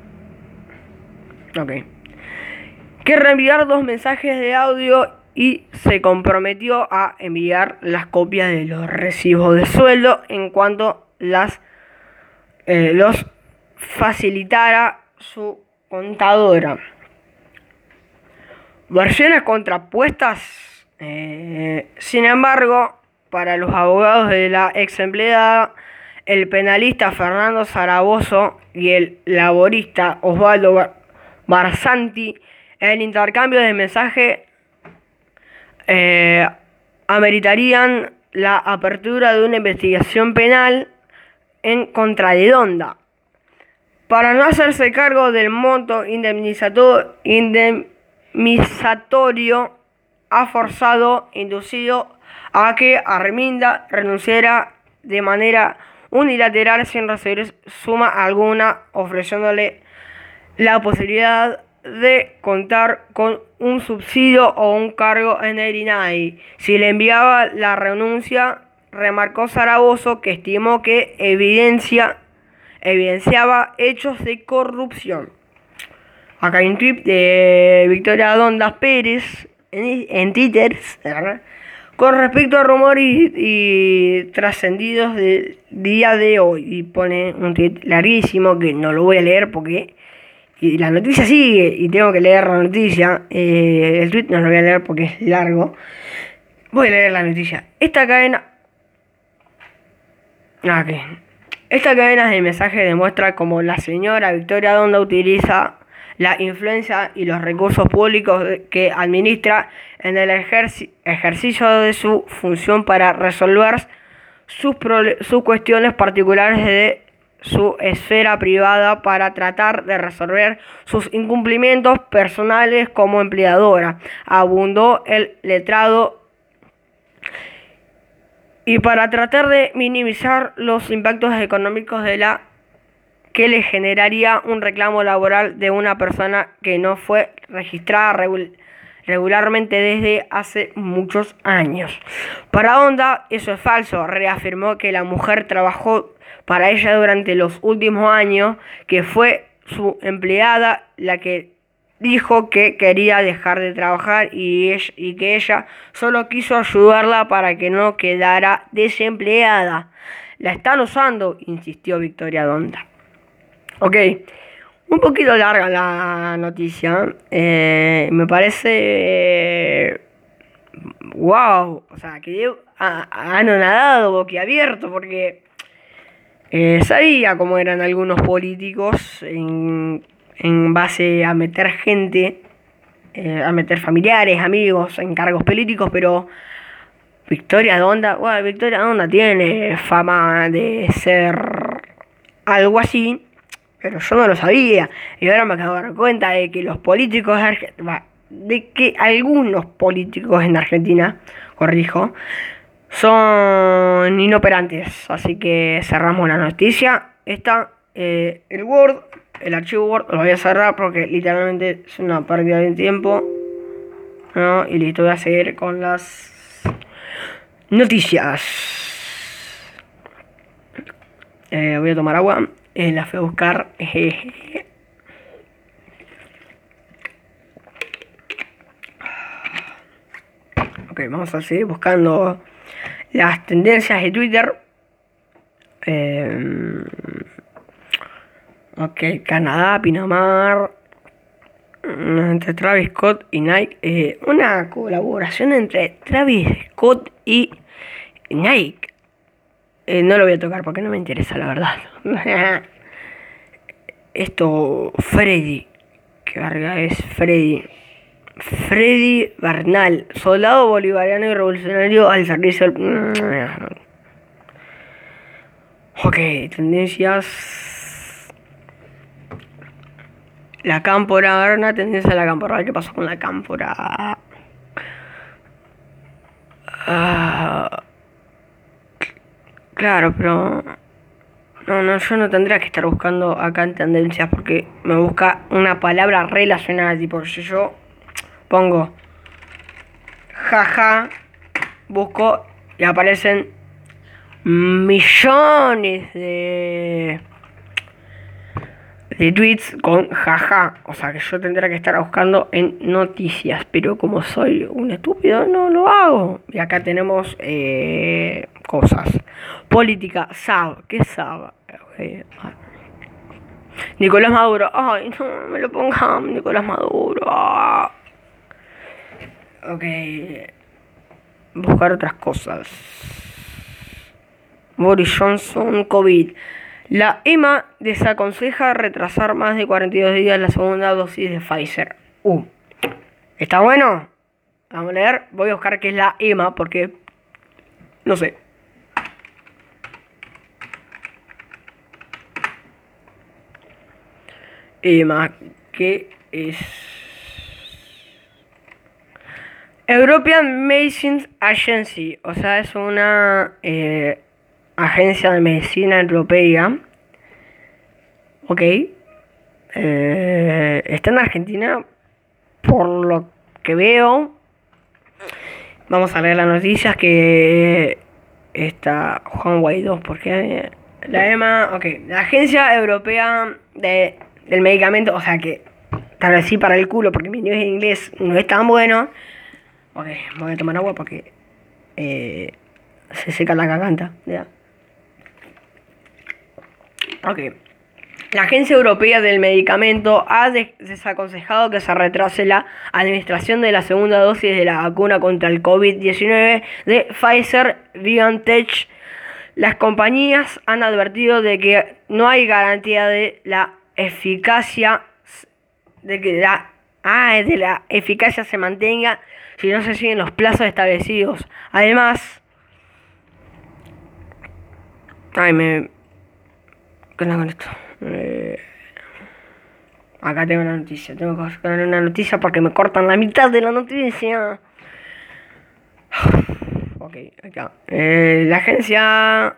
Ok. Que reenviar dos mensajes de audio y se comprometió a enviar las copias de los recibos de sueldo en cuanto las eh, los facilitara su contadora. Versiones contrapuestas, eh, sin embargo, para los abogados de la ex empleada, el penalista Fernando Zaragoza y el laborista Osvaldo Bar Barsanti, el intercambio de mensajes eh, ameritarían la apertura de una investigación penal en contra de Donda. Para no hacerse cargo del monto indemnizato indemnizatorio, ha forzado, inducido a que Arminda renunciara de manera unilateral sin recibir suma alguna, ofreciéndole la posibilidad de contar con un subsidio o un cargo en el INADI si le enviaba la renuncia, remarcó Zaragoza, que estimó que evidencia, evidenciaba hechos de corrupción. Acá hay un tweet de Victoria Donda Pérez en, en Twitter, ¿verdad?, con respecto a rumores y, y trascendidos del día de hoy. Y pone un tweet larguísimo que no lo voy a leer porque y la noticia sigue y tengo que leer la noticia. Eh, el tweet no lo voy a leer porque es largo. Voy a leer la noticia. Esta cadena... Ah, okay. Esta cadena de mensajes demuestra cómo la señora Victoria Donda utiliza la influencia y los recursos públicos que administra en el ejerci- ejercicio de su función para resolver sus, sus cuestiones particulares de su esfera privada, para tratar de resolver sus incumplimientos personales como empleadora, abundó el letrado, y para tratar de minimizar los impactos económicos de la que le generaría un reclamo laboral de una persona que no fue registrada regul- regularmente desde hace muchos años. Para Donda eso es falso. Reafirmó que la mujer trabajó para ella durante los últimos años, que fue su empleada la que dijo que quería dejar de trabajar y, ella, y que ella solo quiso ayudarla para que no quedara desempleada. La están usando, insistió Victoria Donda. Ok, un poquito larga la noticia. Eh, me parece... Eh, wow, o sea, quedé anonadado, boquiabierto, porque eh, sabía cómo eran algunos políticos en, en base a meter gente, eh, a meter familiares, amigos en cargos políticos, pero Victoria Donda, bueno, Victoria Donda tiene fama de ser algo así, pero yo no lo sabía, y ahora me acabo de dar cuenta de que los políticos de Argentina, de que algunos políticos en Argentina, corrijo, son inoperantes. Así que cerramos la noticia. Esta, eh, el Word, el archivo Word, lo voy a cerrar porque literalmente es una pérdida de tiempo, ¿no? Y listo, voy a seguir con las noticias. Eh, voy a tomar agua. Eh, la fui a buscar. Jejeje. Ok, vamos a seguir buscando las tendencias de Twitter. Eh, ok, Canadá, Pinamar. Entre Travis Scott y Nike. Eh, una colaboración entre Travis Scott y Nike. Eh, no lo voy a tocar porque no me interesa, la verdad. Esto, Freddy. ¿Qué verga es Freddy? Freddy Bernal, soldado bolivariano y revolucionario al servicio del... Ok, tendencias. La cámpora, ahora una tendencia de la cámpora. ¿Qué pasó con la cámpora? Ah, claro, pero... No, no, yo no tendría que estar buscando acá en tendencias porque me busca una palabra relacionada. Tipo, si yo pongo jaja, busco y aparecen millones de de tweets con jaja. O sea que yo tendría que estar buscando en noticias, pero como soy un estúpido no lo hago. Y acá tenemos eh, cosas. Política, S A B. ¿Qué es S A B? Okay. Nicolás Maduro. Ay, no me lo pongan. Nicolás Maduro. Ah. Ok. Buscar otras cosas. Boris Johnson, COVID. La E M A desaconseja retrasar más de cuarenta y dos días la segunda dosis de Pfizer. Uh. ¿Está bueno? Vamos a leer. Voy a buscar qué es la E M A porque... No sé. E M A, ¿qué es? European Medicines Agency, o sea, es una eh, agencia de medicina europea. Ok. Eh, está en Argentina, por lo que veo. Vamos a leer las noticias que está Juan Guaidó, porque la E M A, ok, la Agencia Europea de, del Medicamento, o sea que tal vez sí para el culo, porque mi nivel de inglés no es tan bueno. Ok, voy a tomar agua porque eh, se seca la garganta. ¿Ya? Ok. La Agencia Europea del Medicamento ha desaconsejado que se retrase la administración de la segunda dosis de la vacuna contra el COVID diecinueve de Pfizer-BioNTech, Las compañías han advertido de que no hay garantía de la eficacia de que la, ah, de la eficacia se mantenga si no se siguen los plazos establecidos. Además, ay, me... ¿qué onda con esto? Eh, acá tengo una noticia. Tengo que buscar una noticia porque me cortan la mitad de la noticia. Ok, acá. Eh, la agencia...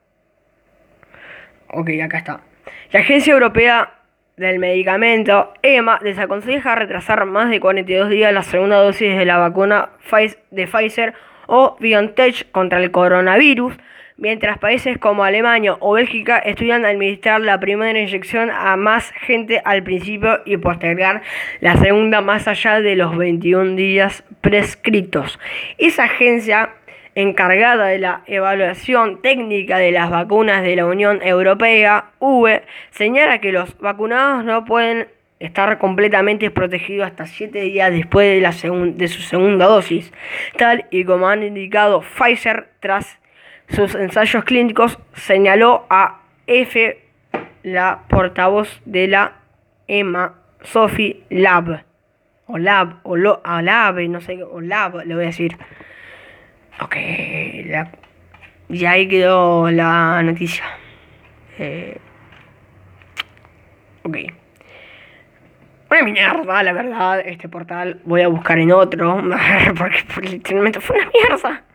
Ok, acá está. La Agencia Europea del Medicamento, EMA, desaconseja retrasar más de cuarenta y dos días la segunda dosis de la vacuna de Pfizer o BioNTech contra el coronavirus, mientras países como Alemania o Bélgica estudian administrar la primera inyección a más gente al principio y postergar la segunda más allá de los veintiún días prescritos. Esa agencia, encargada de la evaluación técnica de las vacunas de la Unión Europea, U E, señala que los vacunados no pueden estar completamente protegidos hasta siete días después de, la segun- de su segunda dosis, tal y como han indicado Pfizer tras sus ensayos clínicos, señaló a F la portavoz de la EMA, Sophie Lab, o Lab, o, lo, o Lab, no sé, o Lab, le voy a decir. Ok, la, y ahí quedó la noticia. Eh, ok. Una mierda, la verdad, este portal. Voy a buscar en otro, porque, porque literalmente fue una mierda.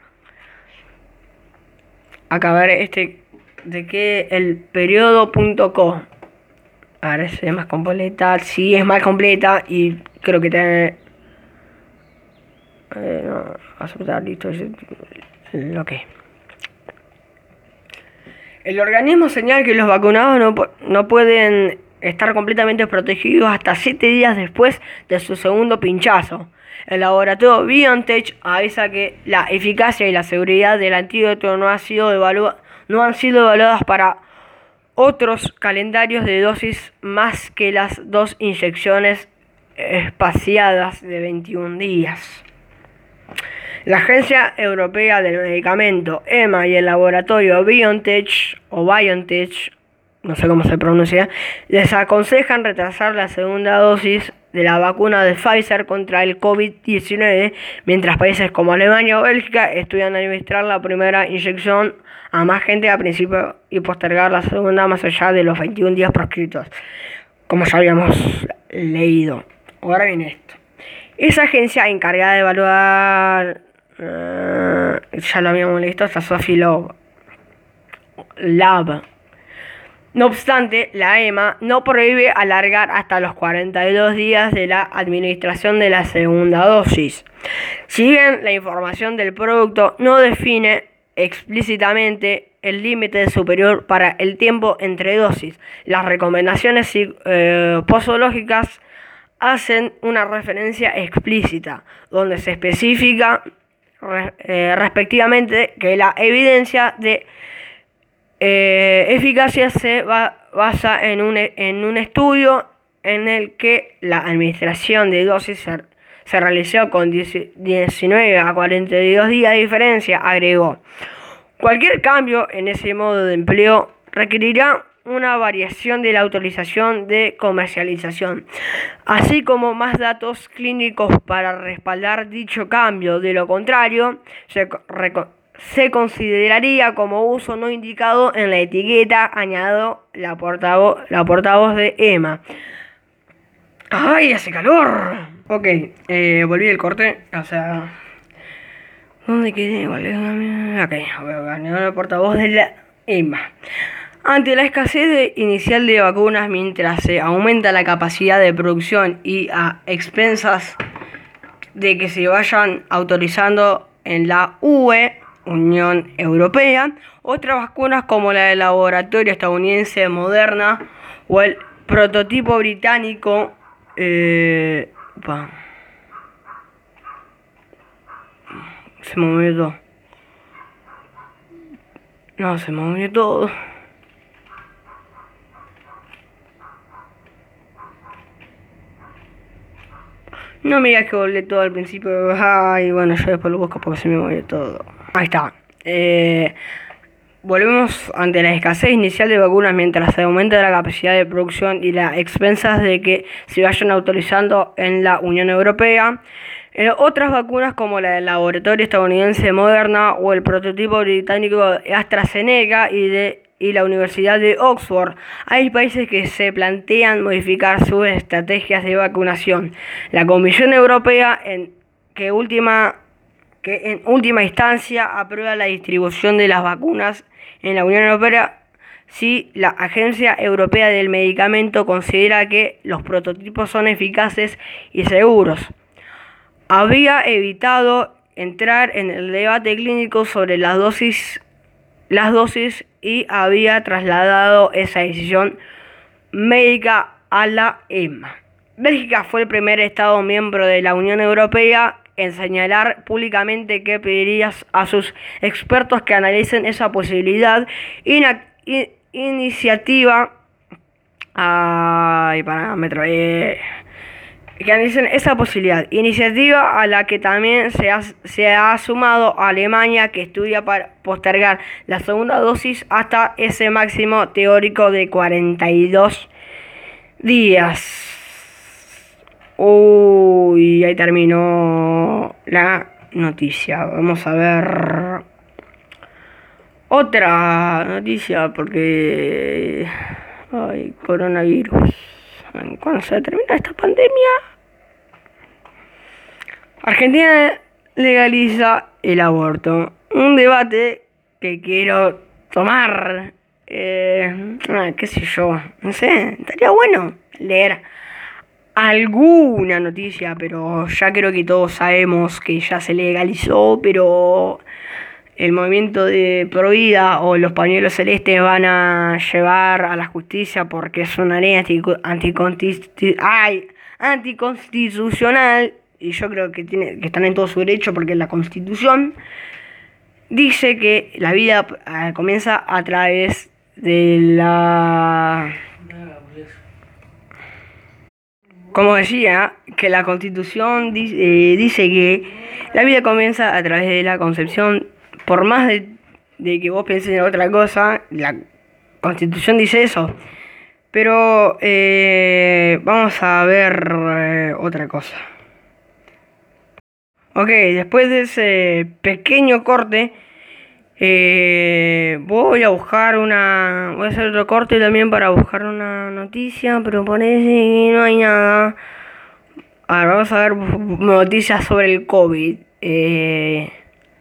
Acá, a ver, este, de qué, el periodo punto co. A ver si es más completa. Sí, es más completa y creo que tiene... Eh, no, aceptar, listo. Ok. El organismo señala que los vacunados no, no pueden estar completamente protegidos hasta siete días después de su segundo pinchazo. El laboratorio BioNTech avisa que la eficacia y la seguridad del antídoto no, ha sido evalua- no han sido evaluadas para otros calendarios de dosis más que las dos inyecciones espaciadas de veintiún días. La Agencia Europea del Medicamento, EMA, y el laboratorio BioNTech, o BioNTech, no sé cómo se pronuncia, desaconsejan retrasar la segunda dosis de la vacuna de Pfizer contra el COVID diecinueve, mientras países como Alemania o Bélgica estudian administrar la primera inyección a más gente al principio y postergar la segunda más allá de los veintiún días prescritos, como ya habíamos leído. Ahora viene esto. Esa agencia encargada de evaluar... Uh, ya lo habíamos visto, hasta Sophie Lab. Lab. No obstante, la EMA no prohíbe alargar hasta los cuarenta y dos días de la administración de la segunda dosis. Si bien la información del producto no define explícitamente el límite superior para el tiempo entre dosis, las recomendaciones eh, posológicas hacen una referencia explícita, donde se especifica re, eh, respectivamente que la evidencia de eh, eficacia se va, basa en un, en un estudio en el que la administración de dosis se, se realizó con diecinueve a cuarenta y dos días de diferencia, agregó. Cualquier cambio en ese modo de empleo requerirá una variación de la autorización de comercialización, así como más datos clínicos para respaldar dicho cambio. De lo contrario, se, se consideraría como uso no indicado en la etiqueta, añadió la portavoz, la portavoz de EMA. ¡Ay, hace calor! Ok, eh, volví el corte, o sea... ¿Dónde quedé? Ok, voy a ganar la portavoz de la EMA. Ante la escasez de inicial de vacunas, mientras se aumenta la capacidad de producción y a expensas de que se vayan autorizando en la U E, Unión Europea, otras vacunas como la del laboratorio estadounidense Moderna o el prototipo británico eh, bah, se me movió todo. No, se me movió todo. No me digas que volví todo al principio. Ay, bueno, yo después lo busco porque se me movió todo. Ahí está. Eh, volvemos ante la escasez inicial de vacunas mientras se aumenta la capacidad de producción y las expensas de que se vayan autorizando en la Unión Europea. Eh, otras vacunas como la del laboratorio estadounidense Moderna o el prototipo británico AstraZeneca y de y la Universidad de Oxford. Hay países que se plantean modificar sus estrategias de vacunación. La Comisión Europea, en que última que en última instancia aprueba la distribución de las vacunas en la Unión Europea, si la Agencia Europea del Medicamento considera que los prototipos son eficaces y seguros. Había evitado entrar en el debate clínico sobre las dosis, las dosis y había trasladado esa decisión médica a la E M A. Bélgica fue el primer Estado miembro de la Unión Europea en señalar públicamente que pediría a sus expertos que analicen esa posibilidad. Ina- in- iniciativa. Ay, para, me trabé. Que analicen esa posibilidad. Iniciativa a la que también se ha, se ha sumado Alemania, que estudia para postergar la segunda dosis hasta ese máximo teórico de cuarenta y dos días. Uy, ahí terminó la noticia. Vamos a ver otra noticia porque... Ay, coronavirus. ¿Cuándo se termina esta pandemia? Argentina legaliza el aborto. Un debate que quiero tomar. Eh, qué sé yo. No sé, estaría bueno leer alguna noticia, pero ya creo que todos sabemos que ya se legalizó, pero el movimiento de Provida o los pañuelos celestes van a llevar a la justicia porque es una ley anticonstitu- ay, anticonstitucional, y yo creo que, tiene, que están en todo su derecho porque la Constitución dice que la vida eh, comienza a través de la... Como decía, que la Constitución dice, eh, dice que la vida comienza a través de la concepción. Por más de, de que vos pienses en otra cosa, la Constitución dice eso. Pero eh, vamos a ver eh, otra cosa. Ok, después de ese pequeño corte, eh, voy a buscar una... Voy a hacer otro corte también para buscar una noticia, pero parece que no hay nada. A ver, vamos a ver noticias sobre el COVID. Eh...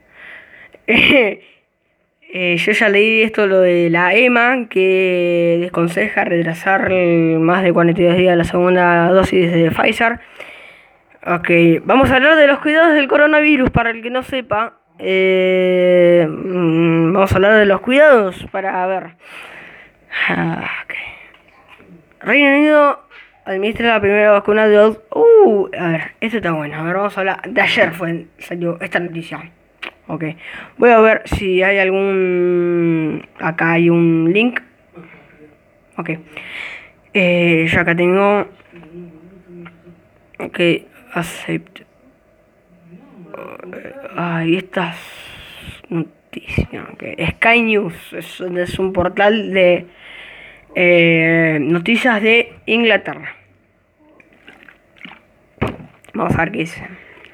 eh, yo ya leí esto, lo de la E M A, que desconseja retrasar más de cuarenta y dos días la segunda dosis de Pfizer. Ok, vamos a hablar de los cuidados del coronavirus, para el que no sepa. Eh, vamos a hablar de los cuidados para ver. Okay. Reino Unido administra la primera vacuna de... Uh, a ver, esto está bueno. A ver, vamos a hablar. De ayer fue, salió esta noticia. Ok, voy a ver si hay algún... Acá hay un link. Ok, eh, yo acá tengo... Ok, accept. Ay, estas noticias. Okay. Sky News es, es un portal de eh, noticias de Inglaterra. Vamos a ver qué dice.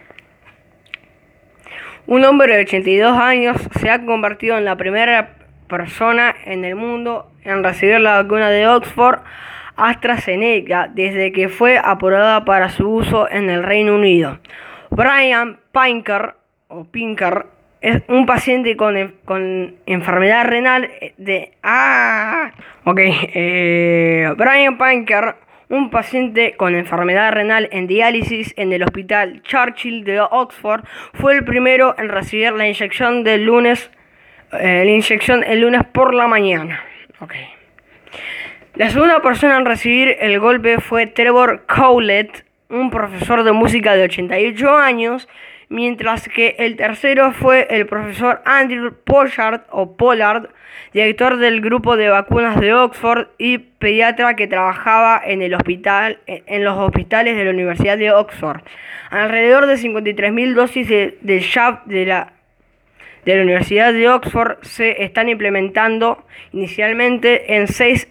Un hombre de ochenta y dos años se ha convertido en la primera persona en el mundo en recibir la vacuna de Oxford AstraZeneca desde que fue aprobada para su uso en el Reino Unido. Brian Pinker, o Pinker es un paciente con, con enfermedad renal de... Ah, ok. Eh, Brian Pinker, un paciente con enfermedad renal en diálisis en el Hospital Churchill de Oxford, fue el primero en recibir la inyección del lunes, eh, la inyección el lunes por la mañana. Ok. La segunda persona en recibir el golpe fue Trevor Cowlett, un profesor de música de ochenta y ocho años, mientras que el tercero fue el profesor Andrew Pollard, o Pollard, director del grupo de vacunas de Oxford y pediatra que trabajaba en el hospital, en los hospitales de la Universidad de Oxford. Alrededor de cincuenta y tres mil dosis de, de jab de la de la Universidad de Oxford se están implementando inicialmente en seis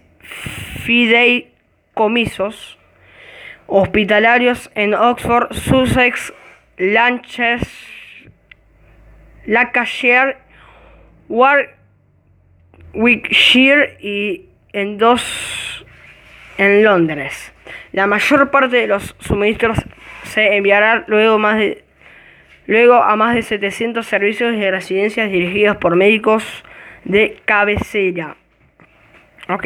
fideicomisos hospitalarios en Oxford, Sussex, Lancashire, Lancashire, Warwickshire y en dos en Londres. La mayor parte de los suministros se enviará luego más de luego a más de setecientos servicios de residencias dirigidos por médicos de cabecera. Ok.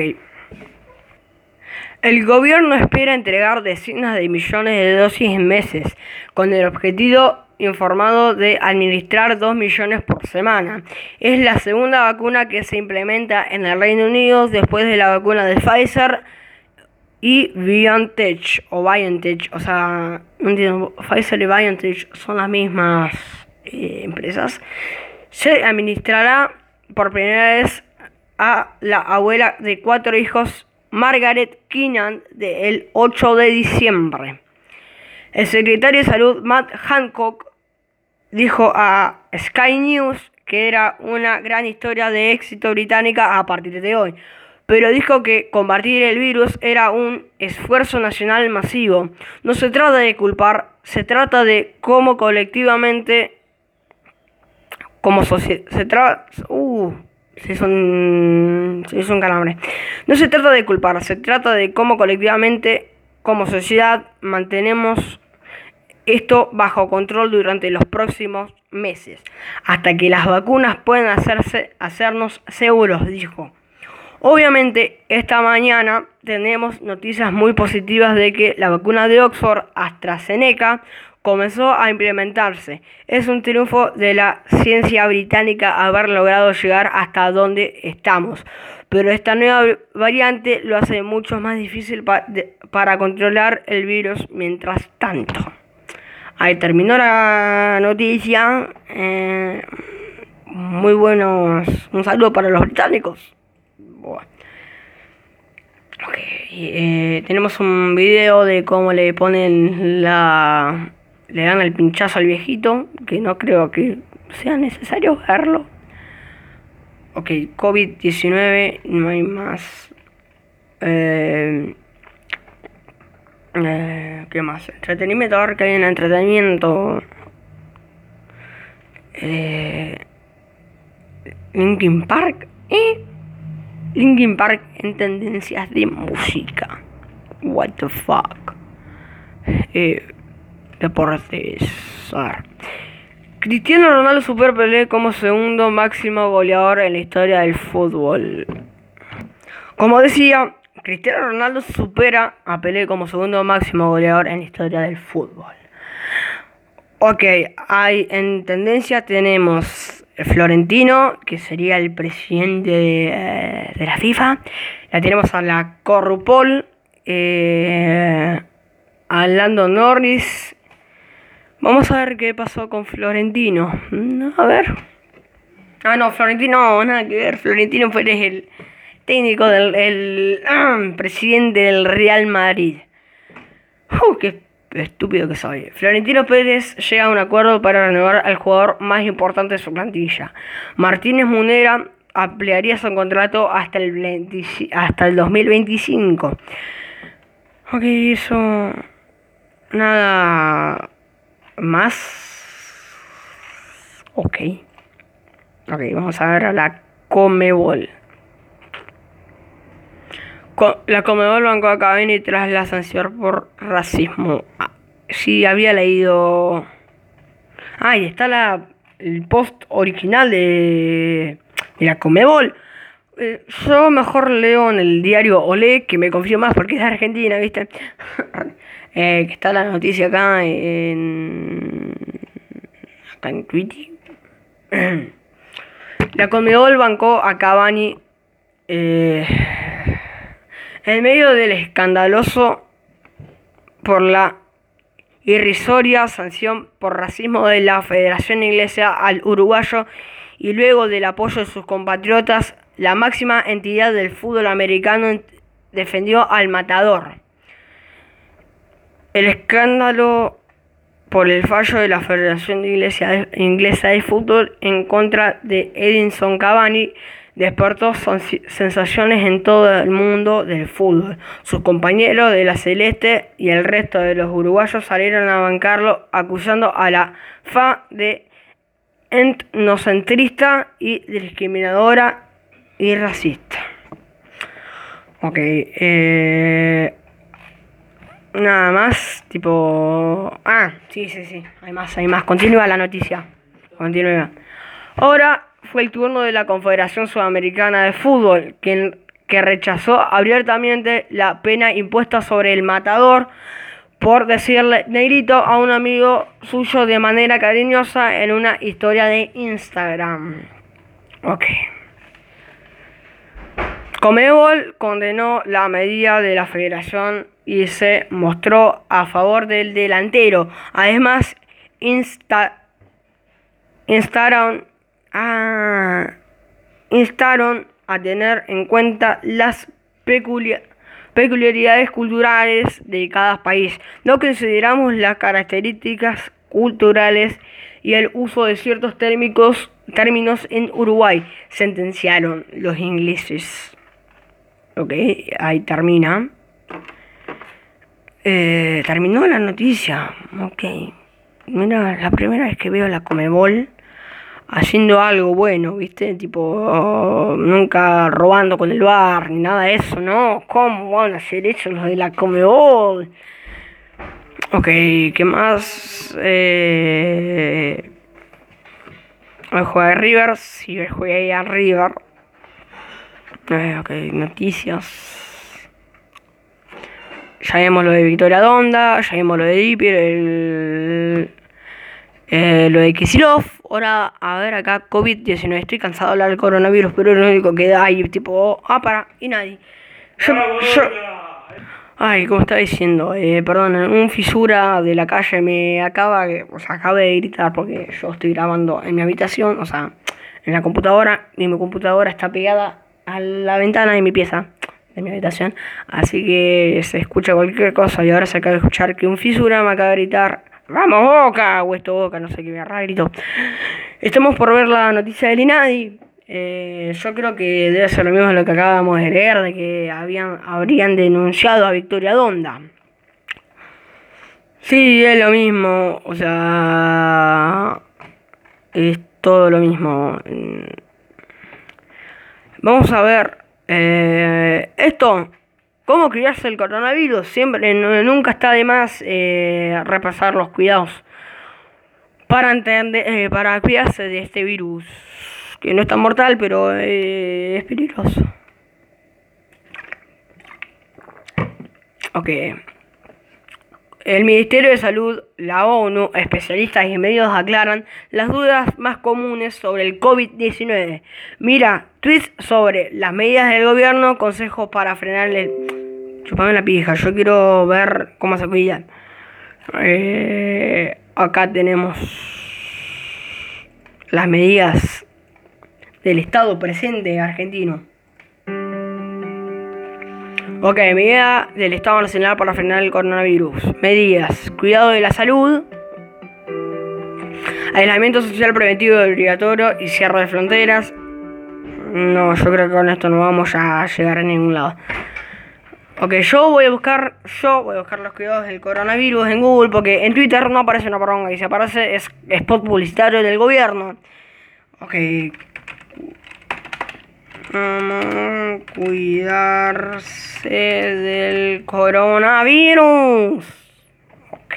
El gobierno espera entregar decenas de millones de dosis en meses, con el objetivo informado de administrar dos millones por semana. Es la segunda vacuna que se implementa en el Reino Unido después de la vacuna de Pfizer y BioNTech, o BioNTech, o sea, no entiendo, Pfizer y BioNTech son las mismas eh, empresas. Se administrará por primera vez a la abuela de cuatro hijos, Margaret Keenan, del ocho de diciembre. El secretario de Salud, Matt Hancock, dijo a Sky News que era una gran historia de éxito británica a partir de hoy, pero dijo que combatir el virus era un esfuerzo nacional masivo. No se trata de culpar, se trata de cómo colectivamente, como sociedad, se trata... Uh, se hizo un, se hizo un calambre. No se trata de culpar, se trata de cómo colectivamente, como sociedad, mantenemos esto bajo control durante los próximos meses, hasta que las vacunas puedan hacerse, hacernos seguros, dijo. Obviamente, esta mañana tenemos noticias muy positivas de que la vacuna de Oxford, AstraZeneca, comenzó a implementarse. Es un triunfo de la ciencia británica haber logrado llegar hasta donde estamos. Pero esta nueva variante lo hace mucho más difícil pa de, para controlar el virus mientras tanto. Ahí terminó la noticia. Eh, muy buenos. Un saludo para los británicos. Buah. Okay, eh, tenemos un video de cómo le ponen la... Le dan el pinchazo al viejito, que no creo que sea necesario verlo. Ok, COVID diecinueve, no hay más. Eh, eh, ¿Qué más? Entretenimiento, a ver que hay en entretenimiento. Eh, Linkin Park, ¿eh? Linkin Park en tendencias de música. What the fuck. Eh, deportes. A ver. Cristiano Ronaldo supera a Pelé como segundo máximo goleador en la historia del fútbol. Como decía, Cristiano Ronaldo supera a Pelé como segundo máximo goleador en la historia del fútbol. Ok, hay en tendencia tenemos Florentino, que sería el presidente de, eh, de la FIFA. La tenemos a la Corrupol, eh, a Lando Norris. Vamos a ver qué pasó con Florentino. A ver. Ah, no, Florentino, nada que ver. Florentino fue el técnico del el, uh, presidente del Real Madrid. Uh, qué estúpido que soy. Florentino Pérez llega a un acuerdo para renovar al jugador más importante de su plantilla. Martínez Munera ampliaría su contrato hasta el, veinte, hasta el dos mil veinticinco. Ok, eso... Nada... más. Ok. Ok, vamos a ver a la Conmebol. Co la Conmebol bancó a Cavani tras la sanción por racismo. Ah, sí, había leído. Ah, y está la, el post original de, de la Conmebol. Eh, yo mejor leo en el diario Olé, que me confío más porque es de Argentina, ¿viste? eh, que está la noticia acá en... acá en Twitter. La Conmebol bancó a Cavani eh, en medio del escandaloso por la irrisoria sanción por racismo de la Federación Inglesa al uruguayo y luego del apoyo de sus compatriotas. La máxima entidad del fútbol americano defendió al matador. El escándalo por el fallo de la Federación de Iglesia- Inglesa de Fútbol en contra de Edinson Cavani despertó son- sensaciones en todo el mundo del fútbol. Sus compañeros de la Celeste y el resto de los uruguayos salieron a bancarlo, acusando a la F A de etnocentrista y discriminadora y racista. Ok, eh... nada más, tipo... Ah, sí, sí, sí, hay más, hay más. Continúa la noticia. Continúa. Ahora fue el turno de la Confederación Sudamericana de Fútbol, quien, que rechazó abiertamente la pena impuesta sobre el matador por decirle negrito a un amigo suyo de manera cariñosa en una historia de Instagram. Ok. Conmebol condenó la medida de la federación y se mostró a favor del delantero. Además, insta, instaron, ah, instaron a tener en cuenta las peculiar, peculiaridades culturales de cada país. No consideramos las características culturales y el uso de ciertos térmicos, términos en Uruguay, sentenciaron los ingleses. Ok, ahí termina. Eh, terminó la noticia. Ok. Mira, la primera vez que veo la Conmebol haciendo algo bueno, ¿viste? Tipo, oh, nunca robando con el bar ni nada de eso, ¿no? ¿Cómo van a hacer eso los de la Conmebol? Ok, ¿qué más? Eh... El juego de River, sí, el juego a River. Eh, ok, noticias. Ya vimos lo de Victoria Donda, ya vimos lo de Dipper, el, eh, lo de Kicillof. Ahora, a ver acá, COVID diecinueve. Estoy cansado de hablar del coronavirus, pero es lo único que da. Y tipo, ah, para, y nadie. Yo, yo, ay, como estaba diciendo, eh, perdón, un fisura de la calle me acaba, o sea, acaba de gritar porque yo estoy grabando en mi habitación, o sea, en la computadora, y mi computadora está pegada a la ventana de mi pieza, de mi habitación, así que se escucha cualquier cosa y ahora se acaba de escuchar que un fisura me acaba de gritar, ¡vamos Boca! O esto Boca, no sé qué me agarra grito. Estamos por ver la noticia del INADI. Eh, yo creo que debe ser lo mismo de lo que acabamos de leer, de que habían, habrían denunciado a Victoria Donda. Sí, es lo mismo, o sea, es todo lo mismo. Vamos a ver, eh, esto, cómo criarse el coronavirus. Siempre, nunca está de más eh, repasar los cuidados para entender, eh, para cuidarse de este virus, que no es tan mortal, pero eh, es peligroso. Ok. El Ministerio de Salud, la ONU, especialistas y medios aclaran las dudas más comunes sobre el COVID diecinueve. Mira, tweets sobre las medidas del gobierno, consejos para frenar el... Chupame la pija, yo quiero ver cómo se cuidan. Eh, acá tenemos las medidas del Estado presente argentino. Ok, medida del Estado Nacional para frenar el coronavirus. Medidas: cuidado de la salud, aislamiento social preventivo y obligatorio y cierre de fronteras. No, yo creo que con esto no vamos a llegar a ningún lado. Ok, yo voy a buscar, yo voy a buscar los cuidados del coronavirus en Google, porque en Twitter no aparece una poronga y si aparece es spot publicitario del gobierno. Ok. Um, cuidarse del coronavirus. Ok.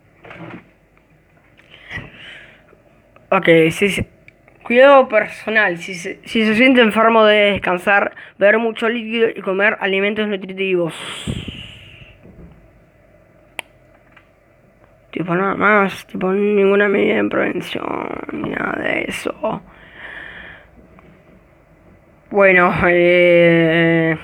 Ok, sí, sí. Cuidado personal. Si se, si se siente enfermo, debe descansar, beber mucho líquido y comer alimentos nutritivos. Tipo, nada más. Tipo, ninguna medida de prevención ni nada de eso. Bueno, eh...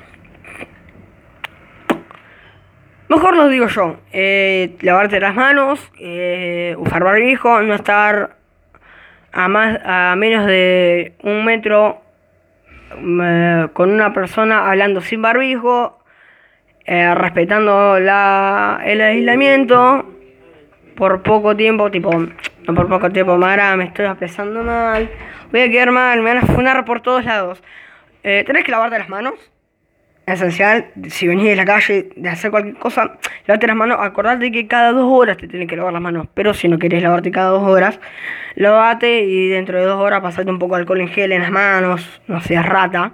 mejor lo digo yo. Eh, lavarte las manos, eh, usar barbijo, no estar a más a menos de un metro eh, con una persona hablando sin barbijo, eh, respetando la, el aislamiento por poco tiempo, tipo, no por poco tiempo, Mara, me estoy expresando mal, voy a quedar mal, me van a funar por todos lados. Eh, tenés que lavarte las manos, esencial, si venís de la calle, de hacer cualquier cosa, lavate las manos, acordate que cada dos horas te tenés que lavar las manos, pero si no querés lavarte cada dos horas, lavate y dentro de dos horas pasate un poco de alcohol en gel en las manos, no seas rata.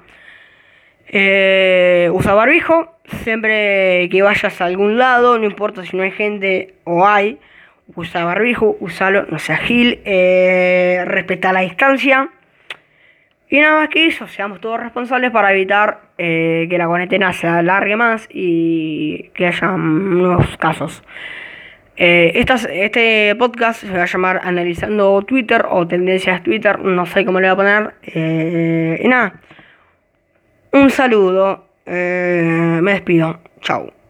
Eh, usa barbijo, siempre que vayas a algún lado, no importa si no hay gente o hay, usa barbijo, usalo, no seas gil, eh, respeta la distancia. Y nada más que eso, seamos todos responsables para evitar eh, que la cuarentena se alargue más y que haya nuevos casos. Eh, estas, este podcast se va a llamar Analizando Twitter o Tendencias Twitter, no sé cómo le voy a poner. Eh, y nada, un saludo, eh, me despido, chau.